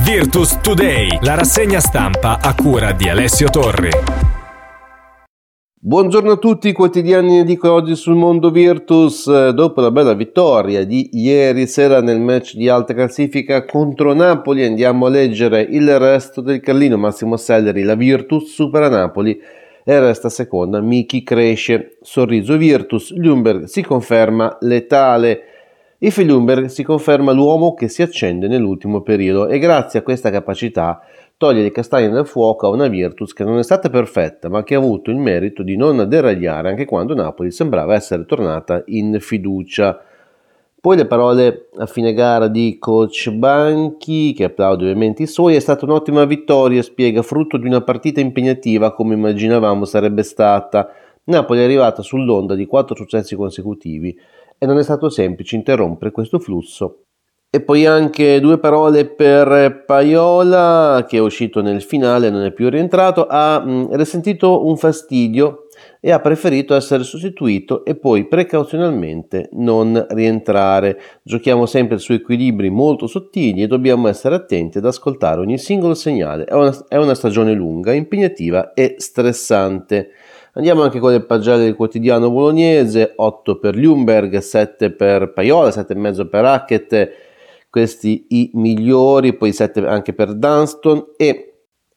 Virtus Today, la rassegna stampa a cura di Alessio Torri. Buongiorno a tutti, quotidiani edicono oggi sul mondo Virtus. Dopo la bella vittoria di ieri sera nel match di alta classifica contro Napoli, andiamo a leggere il resto del Carlino. Massimo Selleri, la Virtus supera Napoli e resta seconda, Miki cresce, sorriso Virtus, Ljungberg si conferma letale. Yves Ljungberg si conferma l'uomo che si accende nell'ultimo periodo e grazie a questa capacità toglie le castagne dal fuoco a una Virtus che non è stata perfetta ma che ha avuto il merito di non deragliare anche quando Napoli sembrava essere tornata in fiducia. Poi le parole a fine gara di coach Banchi, che applaude ovviamente i suoi. È stata un'ottima vittoria, spiega, frutto di una partita impegnativa come immaginavamo sarebbe stata. Napoli è arrivata sull'onda di 4 successi consecutivi e non è stato semplice interrompere questo flusso. E poi anche 2 parole per Paiola, che è uscito nel finale, non è più rientrato, ha risentito un fastidio e ha preferito essere sostituito e poi precauzionalmente non rientrare. Giochiamo sempre su equilibri molto sottili e dobbiamo essere attenti ad ascoltare ogni singolo segnale. È una stagione lunga, impegnativa e stressante. Andiamo anche con le pagelle del quotidiano bolognese, 8 per Ljungberg, 7 per Paiola, 7,5 per Hackett, questi i migliori, poi 7 anche per Dunston e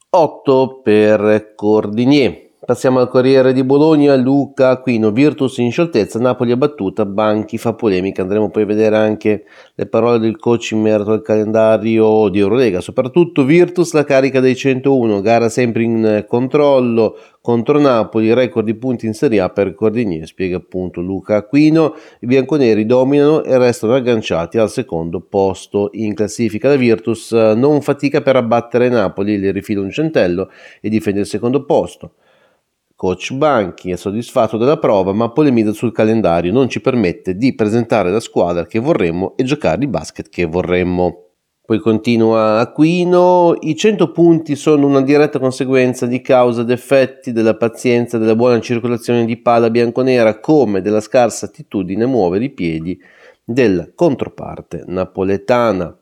8 per Cordinier. Passiamo al Corriere di Bologna, Luca Aquino, Virtus in scioltezza, Napoli è battuta, Banchi fa polemica. Andremo poi a vedere anche le parole del coach in merito al calendario di Eurolega, soprattutto Virtus la carica dei 101, gara sempre in controllo contro Napoli, record di punti in Serie A per Cordinier, spiega appunto Luca Aquino. I bianconeri dominano e restano agganciati al secondo posto in classifica. La Virtus non fatica per abbattere Napoli, le rifila un centello e difende il secondo posto. Coach Banchi è soddisfatto della prova ma polemizza sul calendario, non ci permette di presentare la squadra che vorremmo e giocare il basket che vorremmo. Poi continua Aquino, i 100 punti sono una diretta conseguenza di causa ed effetti della pazienza, della buona circolazione di palla bianconera come della scarsa attitudine a muovere i piedi della controparte napoletana.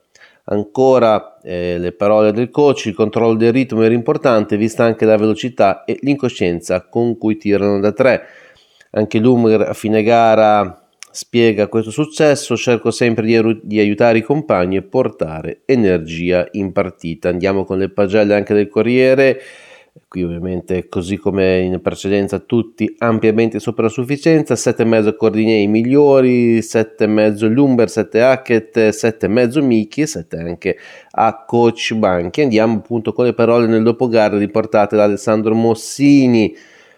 Ancora le parole del coach, il controllo del ritmo era importante vista anche la velocità e l'incoscienza con cui tirano da 3. Anche Ljungberg a fine gara spiega questo successo, cerco sempre di aiutare i compagni e portare energia in partita. Andiamo con le pagelle anche del Corriere. Qui ovviamente così come in precedenza tutti ampiamente sopra la sufficienza, 7,5 Cordinier i migliori, 7,5 Ljungberg, 7 Hackett, 7,5 Miki e 7 anche a coach Banchi. Andiamo appunto con le parole nel dopogara riportate da Alessandro Mossini.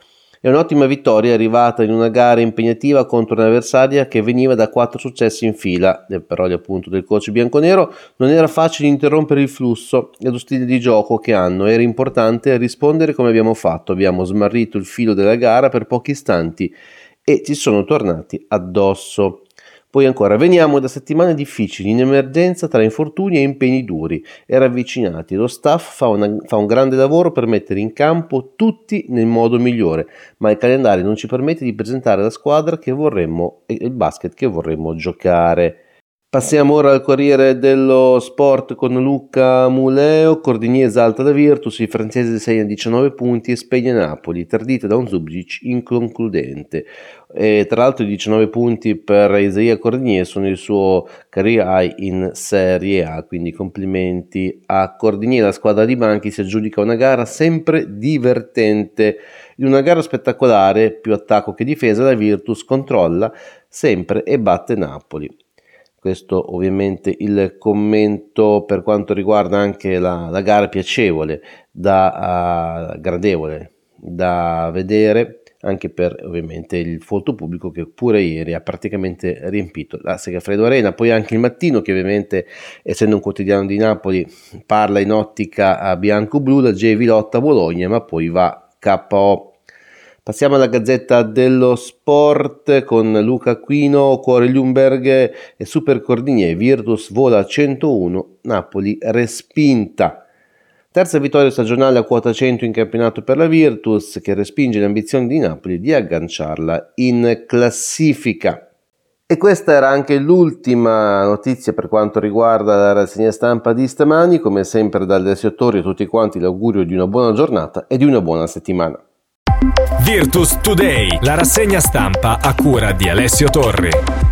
È un'ottima vittoria arrivata in una gara impegnativa contro un'avversaria che veniva da 4 successi in fila. Le parole appunto del coach bianconero, non era facile interrompere il flusso e lo stile di gioco che hanno, era importante rispondere come abbiamo fatto, abbiamo smarrito il filo della gara per pochi istanti e ci sono tornati addosso. Poi ancora, veniamo da settimane difficili in emergenza tra infortuni e impegni duri e ravvicinati. Lo staff fa un grande lavoro per mettere in campo tutti nel modo migliore, ma il calendario non ci permette di presentare la squadra che vorremmo e il basket che vorremmo giocare. Passiamo ora al Corriere dello Sport con Luca Muleo. Cordinier esalta la Virtus, il francese segna 19 punti e spegne Napoli, tradito da un Zubcic inconcludente. E tra l'altro i 19 punti per Isaia Cordinier sono il suo career high in Serie A, quindi complimenti a Cordinier. La squadra di Banchi si aggiudica una gara sempre divertente. In una gara spettacolare, più attacco che difesa, la Virtus controlla sempre e batte Napoli. Questo ovviamente il commento per quanto riguarda anche la gara piacevole, gradevole da vedere, anche per ovviamente il folto pubblico che pure ieri ha praticamente riempito la Segafredo Arena. Poi anche il Mattino, che ovviamente essendo un quotidiano di Napoli parla in ottica bianco-blu, la Gevi lotta a Bologna ma poi va KO. Passiamo alla Gazzetta dello Sport con Luca Aquino, Cuore Ljungberg e Super Cordinier, Virtus vola a 101, Napoli respinta. Terza vittoria stagionale a quota 100 in campionato per la Virtus, che respinge le ambizioni di Napoli di agganciarla in classifica. E questa era anche l'ultima notizia per quanto riguarda la rassegna stampa di stamani. Come sempre da Alessio Torri a tutti quanti l'augurio di una buona giornata e di una buona settimana. Virtus Today, la rassegna stampa a cura di Alessio Torri.